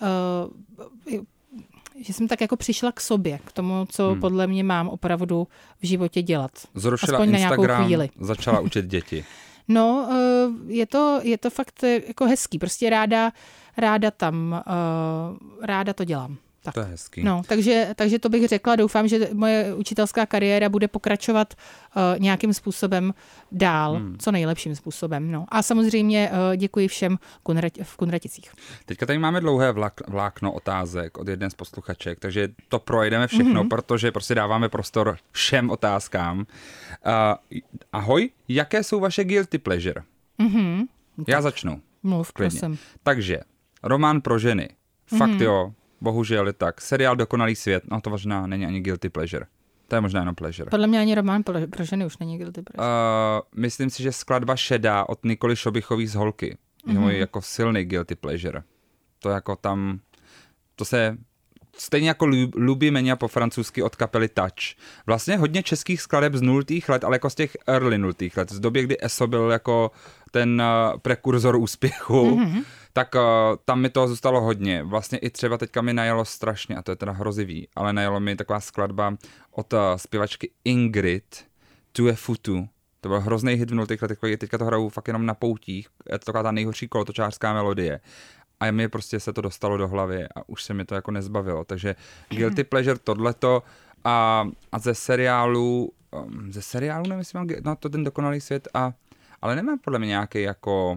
že jsem tak jako přišla k sobě, k tomu, co hmm. podle mě mám opravdu v životě dělat. Zrušila aspoň Instagram, na nějakou chvíli. Začala učit děti. No, je to, je to fakt jako hezký. Prostě ráda, ráda tam, ráda to dělám. Tak. To je hezký. No, takže, takže to bych řekla. Doufám, že moje učitelská kariéra bude pokračovat uh, nějakým způsobem dál, hmm. co nejlepším způsobem. No. A samozřejmě uh, děkuji všem kunrat, v Kunraticích. Teďka tady máme dlouhé vlák, vlákno otázek od jedné z posluchaček, takže to projedeme všechno, mm-hmm. protože prostě dáváme prostor všem otázkám. Uh, ahoj, jaké jsou vaše guilty pleasure? Mm-hmm. Já tak. začnu. Mluv, prosím. Takže, román pro ženy. Fakt mm-hmm. jo. Bohužel je tak. Seriál Dokonalý svět, no to možná není ani guilty pleasure. To je možná jenom pleasure. Podle mě ani román pro ženy už není guilty pleasure. Uh, myslím si, že skladba Šedá od Nikoly Šobichový z Holky je mm-hmm. můj jako silný guilty pleasure. To jako tam, to se stejně jako Lubi Menia po francouzsky od kapely Touch. Vlastně hodně českých skladeb z nultých let, ale jako z těch early nultých let. Z doby, kdy E S O byl jako ten uh, prekurzor úspěchu. Mm-hmm. Tak uh, tam mi toho zůstalo hodně. Vlastně i třeba teďka mi najelo strašně, a to je teda hrozivý, ale najelo mi taková skladba od uh, zpěvačky Ingrid, Tu e futu. To byl hrozný hit v nultých letech, teďka to hrajou fakt jenom na poutích. Je to taková ta nejhorší kolotočářská melodie. A mi prostě se to dostalo do hlavy a už se mi to jako nezbavilo. Takže guilty pleasure tohleto a, a ze seriálu, um, ze seriálu nevím, jestli mám, no to ten Dokonalý svět, a, ale nemám podle mě nějaký jako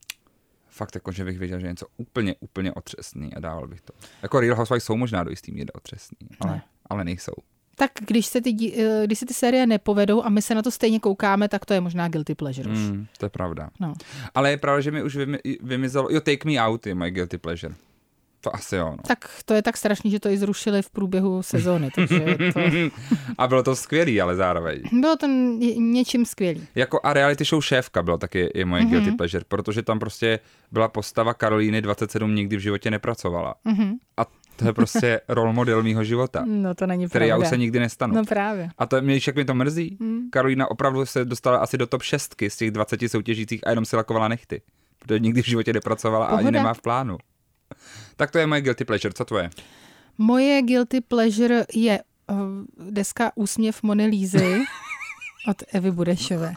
fakt jako, že bych věděl, že něco úplně, úplně otřesný a dával bych to. Jako Real Housewives jsou možná do jistý míry otřesný, ale, ne. ale nejsou. Tak když se, ty, když se ty série nepovedou a my se na to stejně koukáme, tak to je možná guilty pleasure už. Mm, to je pravda. No. Ale je pravda, že mi už vymi, vymizelo, jo, Take Me Out je moje guilty pleasure. To asi jo. No. Tak to je tak strašný, že to i zrušili v průběhu sezóny, takže to... A bylo to skvělý, ale zároveň. Bylo to něčím skvělý. Jako a reality show Šéfka bylo taky i moje mm-hmm. guilty pleasure, protože tam prostě byla postava Karolíny dvacet sedm, nikdy v životě nepracovala. Mm-hmm. A to je prostě role model mýho života. No to není který pravda. já už se nikdy nestanu. No právě. A to mě, jak mi to mrzí. Mm. Karolína opravdu se dostala asi do top šestky z těch dvaceti soutěžících a jenom si lakovala nechty. Protože nikdy v životě nepracovala Pohoda. A ani nemá v plánu. Tak to je moje guilty pleasure. Co tvoje? Moje guilty pleasure je uh, deska Úsměv Mony Lízy od Evy Budešové.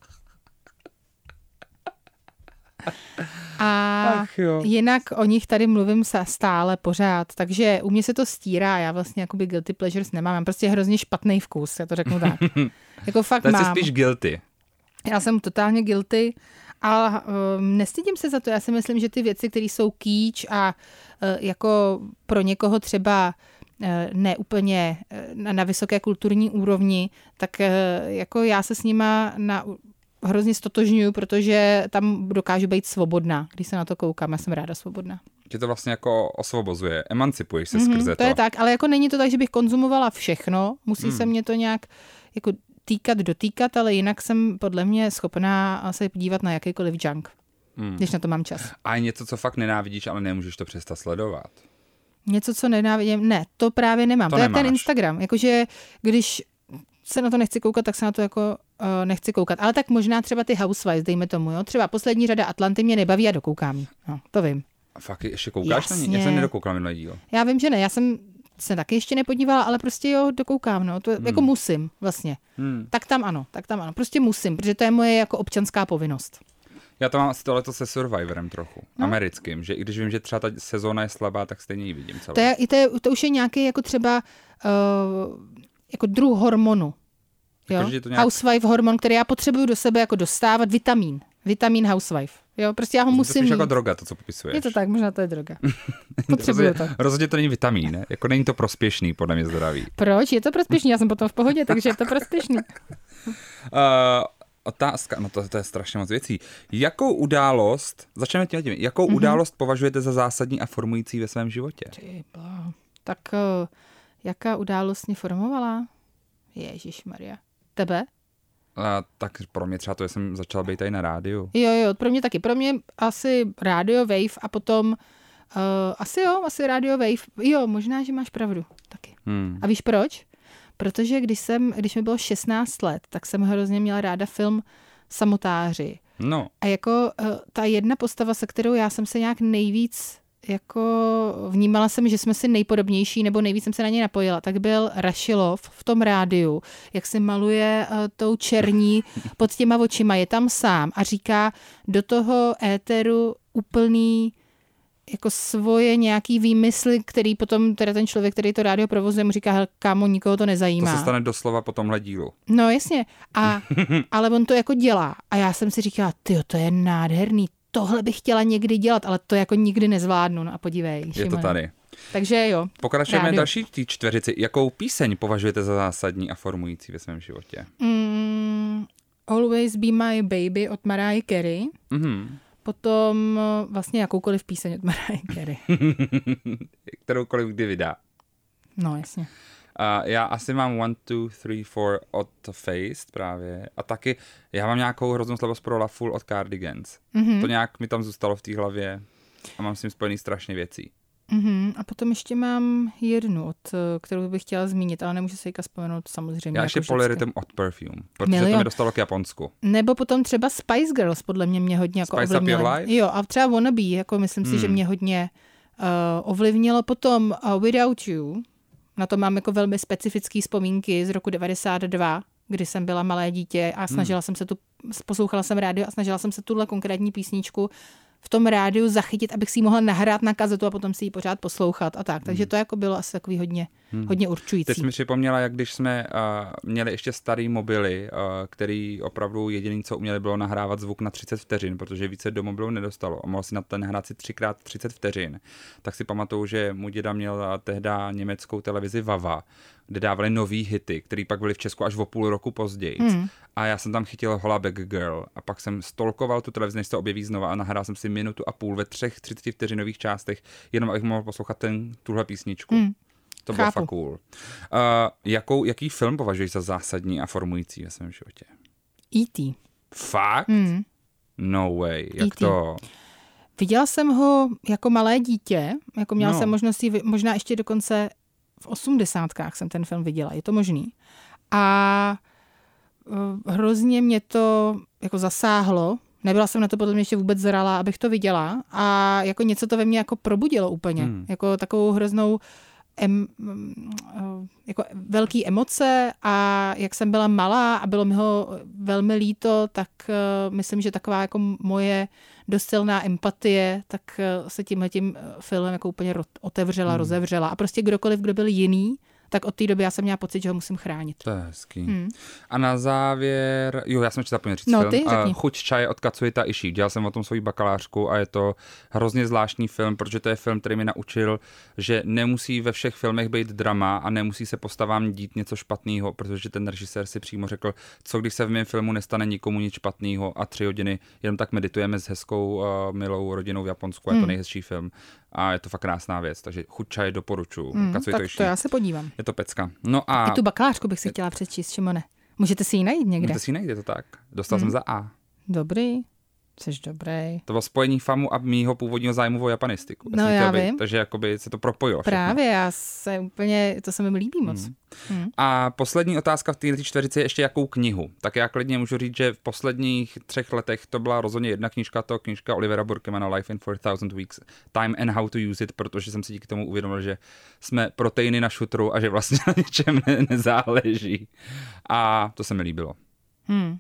A jinak o nich tady mluvím stále pořád, takže u mě se to stírá, já vlastně jakoby guilty pleasures nemám, mám prostě hrozně špatný vkus, já to řeknu tak. Jako fakt tak mám. jsi spíš guilty. Já jsem totálně guilty, ale um, nestydím se za to, já si myslím, že ty věci, které jsou kýč a uh, jako pro někoho třeba uh, ne úplně uh, na, na vysoké kulturní úrovni, tak uh, jako já se s nima na hrozně stotožňuju, protože tam dokážu být svobodná. Když se na to koukám, já jsem ráda svobodná. Tě to vlastně jako osvobozuje, emancipuješ se mm-hmm, skrze to. To je tak, ale jako není to tak, že bych konzumovala všechno, musí mm. se mě to nějak jako týkat, dotýkat, ale jinak jsem podle mě schopná se podívat na jakýkoliv junk, mm. když na to mám čas. A je něco, co fakt nenávidíš, ale nemůžeš to přestat sledovat. Něco, co nenávidím? Ne, to právě nemám. To, to je ten Instagram. Jakože když se na to nechci koukat, tak se na to jako uh, nechci koukat. Ale tak možná třeba ty Housewives, dejme tomu, jo. Třeba poslední řada Atlanty mě nebaví a dokoukám. No, to vím. A fakt ještě koukáš na ní? Já jsem nedokoukala minulý díl. Já vím, že ne. Já jsem se taky ještě nepodívala, ale prostě jo, dokoukám, no. To hmm. jako musím vlastně. Hmm. Tak tam ano, tak tam ano. Prostě musím, protože to je moje jako občanská povinnost. Já to mám asi tohleto se Survivorem trochu, no. americkým, že i když vím, že třeba ta sezóna je slabá, tak stejně ji vidím celou. To, je, to, je, to už je nějaký jako třeba uh, jako druh hormonu. Jo? Jako, nějak... Housewife hormon, který já potřebuju do sebe jako dostávat, vitamin. Vitamin housewife. Jo, prostě já ho musím mít. To je jako droga, to, co popisuješ. Je to tak, možná to je droga. Potřebuju to. Rozhodně to není vitamin, ne? Jako není to prospěšný, podle mě zdraví. Proč? Je to prospěšný, já jsem potom v pohodě, takže je to prospěšný. uh, otázka, no to, to je strašně moc věcí. Jakou událost, začneme tím, tím jakou mm-hmm. událost považujete za zásadní a formující ve svém životě? Tyba. Tak uh, jaká událost mě formovala? Ježišmarja. Tebe? A, tak pro mě třeba to, že jsem začala být tady na rádiu. Jo, jo, pro mě taky. Pro mě asi Radio Wave a potom uh, asi jo, asi Radio Wave. Jo, možná, že máš pravdu taky. Hmm. A víš proč? Protože když jsem, když mi bylo šestnáct let, tak jsem hrozně měla ráda film Samotáři. No. A jako uh, ta jedna postava, se kterou já jsem se nějak nejvíc jako vnímala jsem, že jsme si nejpodobnější, nebo nejvíc jsem se na něj napojila, tak byl Rašilov v tom rádiu, jak se maluje uh, tou černí pod těma očima, je tam sám a říká do toho éteru úplný jako svoje nějaký výmysly, který potom teda ten člověk, který to rádio provozuje, mu říká, hele, kámo, nikoho to nezajímá. To se stane doslova po tomhle dílu. No jasně, a, ale on to jako dělá a já jsem si říkala, tyjo, to je nádherný, tohle bych chtěla někdy dělat, ale to jako nikdy nezvládnu. No a podívej. Je to tady. Takže jo. Pokračujeme další tý čtveřici. Jakou píseň považujete za zásadní a formující ve svém životě? Mm, Always Be My Baby od Mariah Carey. Mm-hmm. Potom vlastně jakoukoliv píseň od Mariah Carey. Kteroukoliv kdy vydá. No jasně. Uh, já asi mám one, two, three, four od Faced právě. A taky já mám nějakou hroznou slabost pro La Fool od Cardigans. Mm-hmm. To nějak mi tam zůstalo v té hlavě a mám s tím spojený strašně věcí. Mm-hmm. A potom ještě mám jednu, od, kterou bych chtěla zmínit, ale nemůžu se jika vzpomenout samozřejmě. Já ještě jako Polyrhythm od Perfume, protože Milion. to mi dostalo k Japonsku. Nebo potom třeba Spice Girls, podle mě mě hodně jako Spice ovlivnilo. Up Your Life? Jo, a třeba Wannabe, jako myslím hmm. si, že mě hodně uh, ovlivnilo. Potom uh, Without You, na to mám jako velmi specifické vzpomínky z roku devadesát dva, kdy jsem byla malé dítě a snažila hmm. jsem se tu, poslouchala jsem rádio a snažila jsem se tuhle konkrétní písničku v tom rádiu zachytit, abych si ji mohla nahrát na kazetu a potom si ji pořád poslouchat a tak. Takže to jako bylo asi takový hodně hmm. hodně určující. Teď jsi mi připomněla, jak když jsme uh, měli ještě starý mobily, uh, který opravdu jediný, co uměli, bylo nahrávat zvuk na třicet vteřin, protože více do mobilu nedostalo a mohl si na ten nahrát si třikrát třicet vteřin. Tak si pamatuju, že můj děda měl tehda německou televizi Vava, kde dávali nový hity, které pak byly v Česku až o půl roku později. Hmm. A já jsem tam chytil Holabek Girl a pak jsem stolkoval tu televizi, než se objeví znova a nahrál jsem si minutu a půl ve třech třiceti vteřinových částech, jenom abych mohl poslouchat ten, tuhle písničku. Hmm. To bylo Chápu. fakt cool. Uh, jakou, jaký film považuješ za zásadní a formující ve svém životě? E T Fakt? Hmm. No way. Jak E T to? Viděla jsem ho jako malé dítě, jako měla No. jsem možnost, ji, možná ještě dokonce v osmdesátkách jsem ten film viděla, je to možný. A uh, hrozně mě to jako zasáhlo, nebyla jsem na to potom ještě vůbec zralá, abych to viděla a jako něco to ve mně jako probudilo úplně, hmm. jako takovou hroznou em, jako velký emoce a jak jsem byla malá a bylo mi ho velmi líto, tak uh, myslím, že taková jako moje dost silná empatie, tak uh, se tímhletím filmem jako úplně ro- otevřela, hmm. rozevřela a prostě kdokoliv, kdo byl jiný, tak od té doby já jsem měla pocit, že ho musím chránit. To je hezký. Hmm. A na závěr, jo, já jsem ještě zapomněl říct No, film. ty, řekni. Uh, Chuť čaje od Katsuhita Ishii. Dělal jsem o tom svoji bakalářku a je to hrozně zvláštní film, protože to je film, který mi naučil, že nemusí ve všech filmech být drama a nemusí se postavám dít něco špatného, protože ten režisér si přímo řekl, co když se v mém filmu nestane nikomu nic špatného a tři hodiny jenom tak meditujeme s hezkou, uh, milou rodinou v Japonsku. Hmm. Je to nejhezčí film a je to fakt krásná věc, takže Chuť čaje doporučuju. Hmm, Katsuhito tak Ishii. to já se podívám. Je to pecka. No a... I tu bakalářku bych si chtěla přečíst, Šimone. Můžete si ji najít někde? Můžete si ji najít, je to tak. Dostal hmm. jsem za A. Dobrý, jsi dobrý. To bylo spojení famu a mýho původního zájmu o japanistiku. No, já být, vím. Takže jakoby se to propojilo. Všechno. Právě, já se úplně, to se mi líbí moc. Hmm. Hmm. A poslední otázka v této čtveřici je ještě jakou knihu. Tak já klidně můžu říct, že v posledních třech letech to byla rozhodně jedna knížka, to knížka Olivera Burkemana Life in four thousand Weeks, Time and How to Use It, protože jsem si díky tomu uvědomil, že jsme proteiny na šutru a že vlastně na něčem ne- nezáleží. A to se mi líbilo. Hmm.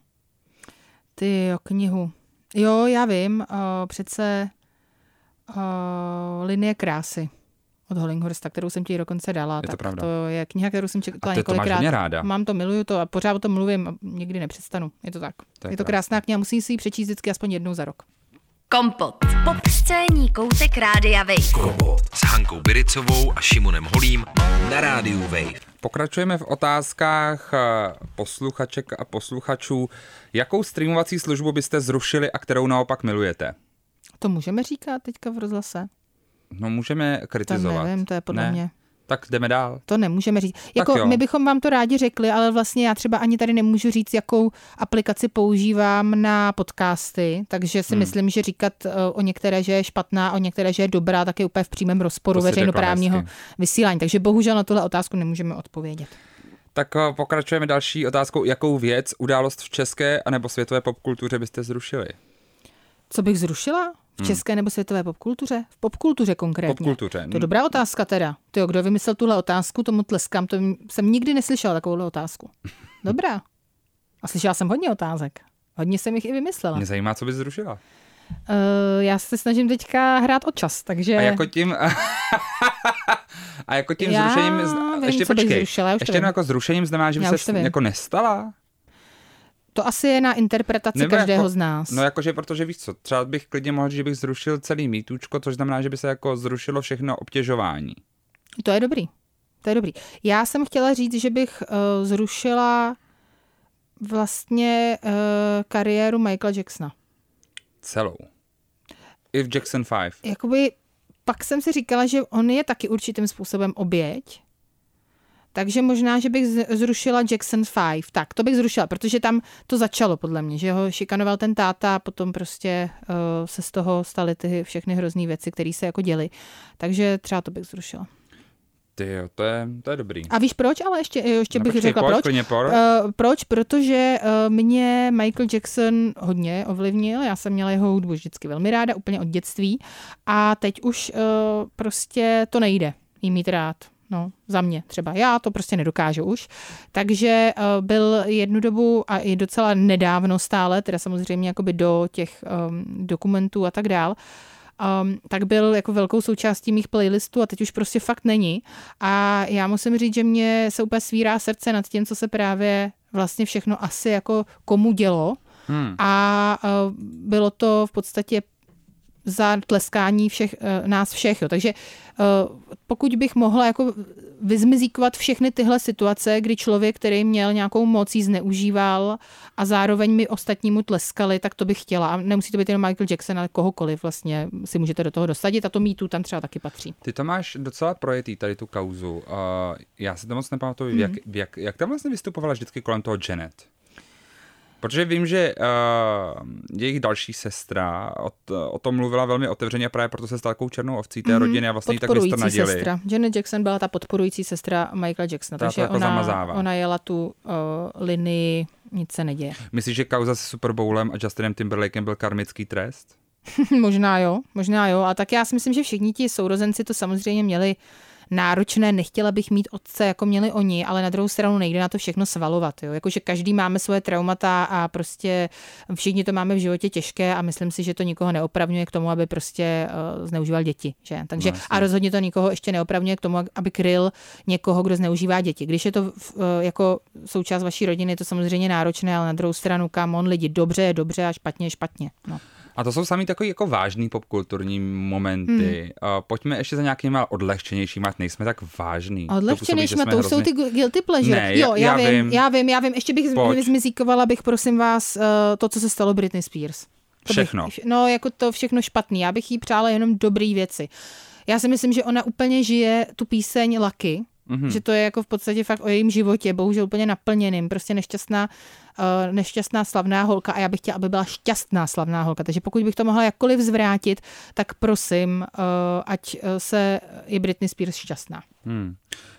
Ty jo, knihu. Jo, já vím, uh, přece uh, Linie krásy od Hollinghursta, kterou jsem ti dokonce dala. Je to tak pravda. To je kniha, kterou jsem četla A ty to máš několikrát. hodně ráda. Mám to, miluju to a pořád o tom mluvím a nikdy nepřestanu. Je to tak. To je je to krásné. krásná kniha, musím si ji přečíst vždycky aspoň jednou za rok. Kompot. Popscénní koutek Rádia Wave. Kompot s Hankou Biricovou a Šimonem Holím na rádiu Wave. Pokračujeme v otázkách posluchaček a posluchačů. Jakou streamovací službu byste zrušili a kterou naopak milujete? To můžeme říkat teďka v rozhlase? No můžeme kritizovat. To nevím, to je podle ne? mě. Tak jdeme dál. To nemůžeme říct. Jako my bychom vám to rádi řekli, ale vlastně já třeba ani tady nemůžu říct, jakou aplikaci používám na podcasty, takže si hmm. myslím, že říkat o některé, že je špatná, o některé, že je dobrá, tak je úplně v přímém rozporu veřejnoprávního vysílání. Takže bohužel na tuhle otázku nemůžeme odpovědět. Tak pokračujeme další otázkou. Jakou věc, událost v české anebo světové popkultuře byste zrušili? Co bych zrušila? V české hmm. nebo světové popkultuře? V popkultuře konkrétně. Popkultuře. To je dobrá otázka teda. Tyjo, kdo vymyslel tuhle otázku, tomu tleskám. To jsem nikdy neslyšela takovouhle otázku. Dobrá. A slyšela jsem hodně otázek. Hodně jsem jich i vymyslela. Mě zajímá, co bys zrušila. Uh, já se snažím teďka hrát o čas, takže... A jako tím... A jako tím já zrušením... Vím, ještě počkej. Zrušila, ještě jenom jako zrušením znamená, že by se jako nestala? To asi je na interpretaci Nebo každého jako, z nás. No jakože, protože víš co, třeba bych klidně mohl, že bych zrušil celý mýtůčko, což znamená, že by se jako zrušilo všechno obtěžování. To je dobrý. To je dobrý. Já jsem chtěla říct, že bych uh, zrušila vlastně uh, kariéru Michaela Jacksona. Celou. I v Jackson pět. Jakoby pak jsem si říkala, že on je taky určitým způsobem oběť. Takže možná, že bych zrušila Jackson pět. Tak, to bych zrušila, protože tam to začalo podle mě, že ho šikanoval ten táta a potom prostě uh, se z toho staly ty všechny hrozný věci, které se jako děly. Takže třeba to bych zrušila. Ty jo, to je, to je dobrý. A víš proč? Ale ještě, ještě no, bych počkej, řekla pojď, proč. Por. Uh, proč? Protože uh, mě Michael Jackson hodně ovlivnil. Já jsem měla jeho hudbu vždycky velmi ráda, úplně od dětství. A teď už uh, prostě to nejde jí mít rád. No, za mě třeba. Já to prostě nedokážu už. Takže uh, byl jednu dobu a i docela nedávno stále, teda samozřejmě jakoby do těch um, dokumentů a tak dál, um, tak byl jako velkou součástí mých playlistů a teď už prostě fakt není. A já musím říct, že mě se úplně svírá srdce nad tím, co se právě vlastně všechno asi jako komu dělo. Hmm. A uh, bylo to v podstatě za tleskání všech, uh, nás všech. Jo. Takže uh, pokud bych mohla jako vyzmizíkovat všechny tyhle situace, kdy člověk, který měl nějakou moc, jí zneužíval a zároveň mi ostatnímu tleskali, tak to bych chtěla. A nemusí to být jenom Michael Jackson, ale kohokoliv vlastně si můžete do toho dosadit a to Me Too tam třeba taky patří. Ty to máš docela projetý, tady tu kauzu. Uh, já si to moc nepamatuju, hmm. jak, jak, jak tam vlastně vystupovala vždycky kolem toho Janet? Protože vím, že uh, jejich další sestra o, o tom mluvila velmi otevřeně, právě proto se stala takovou černou ovcí té mm-hmm. rodiny a vlastně tak vystrnadili. Sestra. Janet Jackson byla ta podporující sestra Michaela Jacksona, ta takže jako ona, ona jela tu uh, linii, nic se neděje. Myslíš, že kauza se Super Bowlem a Justinem Timberlakem byl karmický trest? Možná jo, možná jo. A tak já si myslím, že všichni ti sourozenci to samozřejmě měli náročné, nechtěla bych mít otce, jako měli oni, ale na druhou stranu nejde na to všechno svalovat. Jo? Jakože každý máme svoje traumata a prostě všichni to máme v životě těžké a myslím si, že to nikoho neopravňuje k tomu, aby prostě uh, zneužíval děti. Že? Takže, no, a rozhodně to nikoho ještě neopravňuje k tomu, aby kryl někoho, kdo zneužívá děti. Když je to uh, jako součást vaší rodiny, je to samozřejmě náročné, ale na druhou stranu, come on, lidi, dobře je dobře a špatně je špatně. No. A to jsou sami takový jako vážný popkulturní momenty. Hmm. Uh, pojďme ještě za nějakýma odlehčenějšíma, nejsme tak vážný. Odlehčenějšíma, to, to hrozně... jsou ty guilty pleasure. Ne, jo, já, já, vím, vím, já vím, já vím. Ještě bych vyzmizíkovala, bych prosím vás, uh, to, co se stalo Britney Spears. To všechno. Bych, no, jako to všechno špatný. Já bych jí přála jenom dobrý věci. Já si myslím, že ona úplně žije tu píseň Lucky, mm-hmm. že to je jako v podstatě fakt o jejím životě, bohužel úplně naplněným, prostě nešťastná, uh, nešťastná slavná holka a já bych chtěla, aby byla šťastná slavná holka, takže pokud bych to mohla jakkoliv zvrátit, tak prosím, uh, ať se je Britney Spears šťastná. Hmm.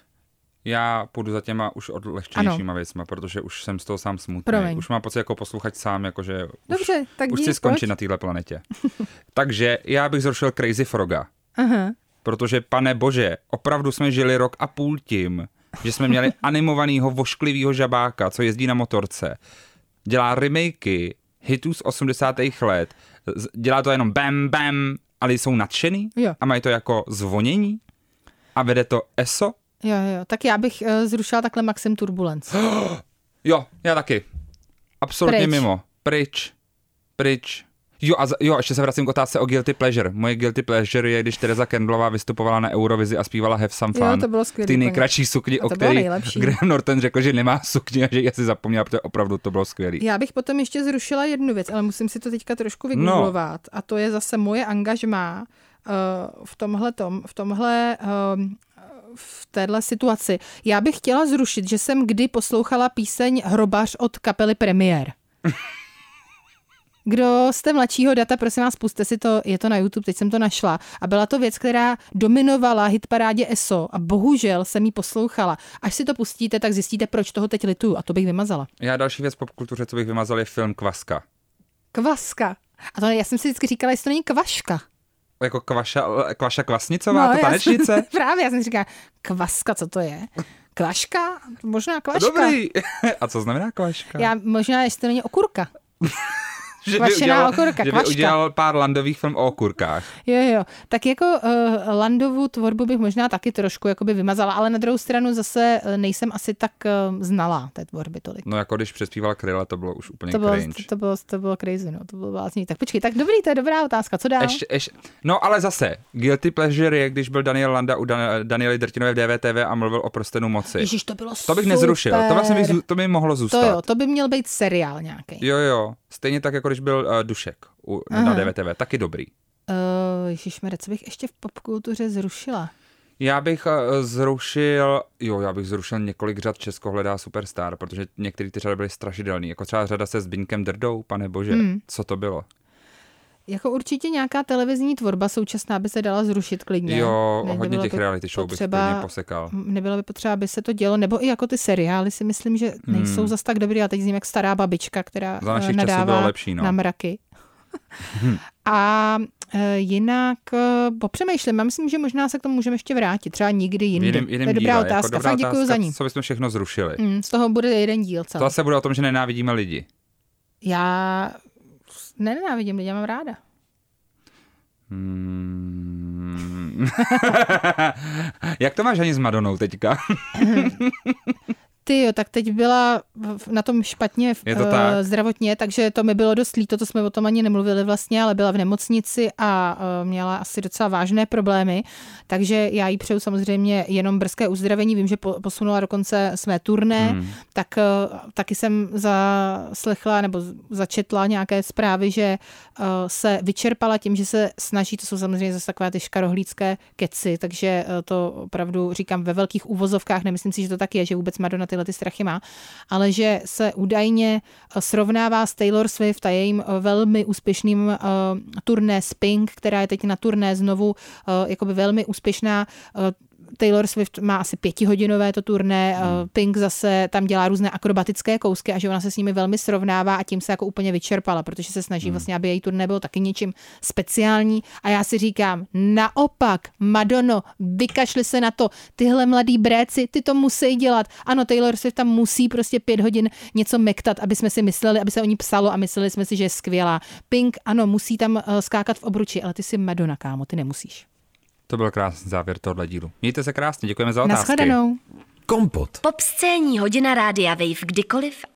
Já půjdu za těma už odlehčenějšíma věcma, protože už jsem z toho sám smutný. Promiň. Už mám pocit jako posluchač sám, jakože Dobře, už, tak už dí, chci skončit pojď. na téhle planetě. Takže já bych zrušil Crazy Froga. Aha. Protože, pane bože, opravdu jsme žili rok a půl tím, že jsme měli animovanýho vošklivýho žabáka, co jezdí na motorce. Dělá remakey hitů z osmdesátých let. Dělá to jenom bam, bam, ale jsou nadšený jo. a mají to jako zvonění a vede to E S O. Jo, jo, tak já bych uh, zrušila takhle Maxim Turbulence. Jo, já taky. Absolutně Pryč. mimo. Pryč. Pryč. Jo, a z, jo, ještě se vracím k otázce o guilty pleasure. Moje guilty pleasure je, když Tereza Kendlová vystupovala na Eurovizi a zpívala Have Some Fun. Jo, to bylo skvělý. Ty nejkratší sukni, o který Graham Norton řekl, že nemá sukni a že já si zapomněla, protože opravdu to bylo skvělý. Já bych potom ještě zrušila jednu věc, ale musím si to teďka trošku vygooglovat. No. A to je zase moje angažmá uh, v tomhletom, v tomhle... Uh, v téhle situaci. Já bych chtěla zrušit, že jsem kdy poslouchala píseň Hrobař od kapely Premiér. Kdo jste mladšího data, prosím vás, puste si to, je to na YouTube, teď jsem to našla. A byla to věc, která dominovala hitparádě E S O a bohužel jsem jí poslouchala. Až si to pustíte, tak zjistíte, proč toho teď lituju a to bych vymazala. Já další věc popkultuře, co bych vymazal, je film Kvaska. Kvaska. A to já jsem si vždycky říkala, jestli to není Kvaška. Jako kvaša, kvaša Kvasnicová, no, to tanečnice? Jsem, právě, já jsem si říkala, Kvaska, co to je? Kvaška? Možná Kvaška. Dobrý. A co znamená Kvaška? Já možná, jestli to není okurka. že Kvašená udělal, okurka, že by kvaška. udělal pár landových film o okurkách. Jo, jo. Tak jako uh, landovu tvorbu bych možná taky trošku jakoby vymazala, ale na druhou stranu zase nejsem asi tak uh, znalá té tvorby tolik. No jako když přespíval Kryla, to bylo už úplně to bylo, cringe. To, to, bylo, to bylo crazy, no. To bylo blázný. Tak počkej, tak dobrý, to je dobrá otázka. Co dál? Ještě, ještě, no ale zase, guilty pleasure je, když byl Daniel Landa u Dan- Daniely Drtinové v D V T V a mluvil o prstenu moci. Ježiš, to bylo To bych super. nezrušil, to vlastně bych, to by mohlo zůstat. To jo, to by měl být seriál nějaký. Jo, jo, stejně tak, jako když byl uh, Dušek u, na D V T V, taky dobrý. Uh, ježišmarja, co bych ještě v popkultuře zrušila? Já bych uh, zrušil, jo, já bych zrušil několik řad Česko hledá superstar, protože některé ty řady byly strašidelný, jako třeba řada se Zbyňkem Drdou, pane bože, hmm. co to bylo? Jako určitě nějaká televizní tvorba současná by se dala zrušit klidně. Jo, ne, hodně těch reality show bych klidně posekal. Nebylo by potřeba, aby se to dělo, nebo i jako ty seriály si myslím, že nejsou hmm. zas tak dobrý, a teď zním jak stará babička, která za našich nadává časů bylo lepší, no. na mraky. hmm. A e, jinak e, popřemýšlím, já myslím, že možná se k tomu můžeme ještě vrátit, třeba nikdy jindy. Jiným, jiným to je dobrá díle, otázka, jako dobrá fakt děkuju otázka, za ní. Co bychom všechno zrušili. Hmm, z toho bude jeden díl celý. To se bude o tom, že nenávidíme lidi. Já nenávidím lidi, já mám ráda. Hmm. Jak to máš ani s Madonou teďka? Ty jo, tak teď byla na tom špatně Je to tak? zdravotně, takže to mi bylo dost líto, to jsme o tom ani nemluvili vlastně, ale byla v nemocnici a měla asi docela vážné problémy, takže já jí přeju samozřejmě jenom brzké uzdravení, vím, že posunula dokonce své turné, hmm. tak taky jsem zaslechla nebo začetla nějaké zprávy, že se vyčerpala tím, že se snaží, to jsou samozřejmě zase takové ty škarohlídské keci, takže to opravdu říkám ve velkých uvozovkách, nemyslím si, že to tak je, že vůbec Madonna tyhle ty strachy má, ale že se údajně srovnává s Taylor Swift a jejím velmi úspěšným uh, turné s Pink, která je teď na turné znovu uh, jakoby velmi úspěšná. Uh, Taylor Swift má asi pětihodinové to turné, hmm. Pink zase tam dělá různé akrobatické kousky a že ona se s nimi velmi srovnává a tím se jako úplně vyčerpala, protože se snaží hmm. vlastně, aby její turné bylo taky něčím speciální a já si říkám, naopak, Madono, vykašli se na to, tyhle mladý bréci, ty to musí dělat. Ano, Taylor Swift tam musí prostě pět hodin něco mektat, aby jsme si mysleli, aby se o ní psalo a mysleli jsme si, že je skvělá. Pink, ano, musí tam skákat v obruči, ale ty jsi Madonna, kámo, ty nemusíš. To byl krásný závěr tohohle dílu. Mějte se krásně, děkujeme za otázky. Naschledanou. Kompot. Popscénní hodina rádia Wave kdykoliv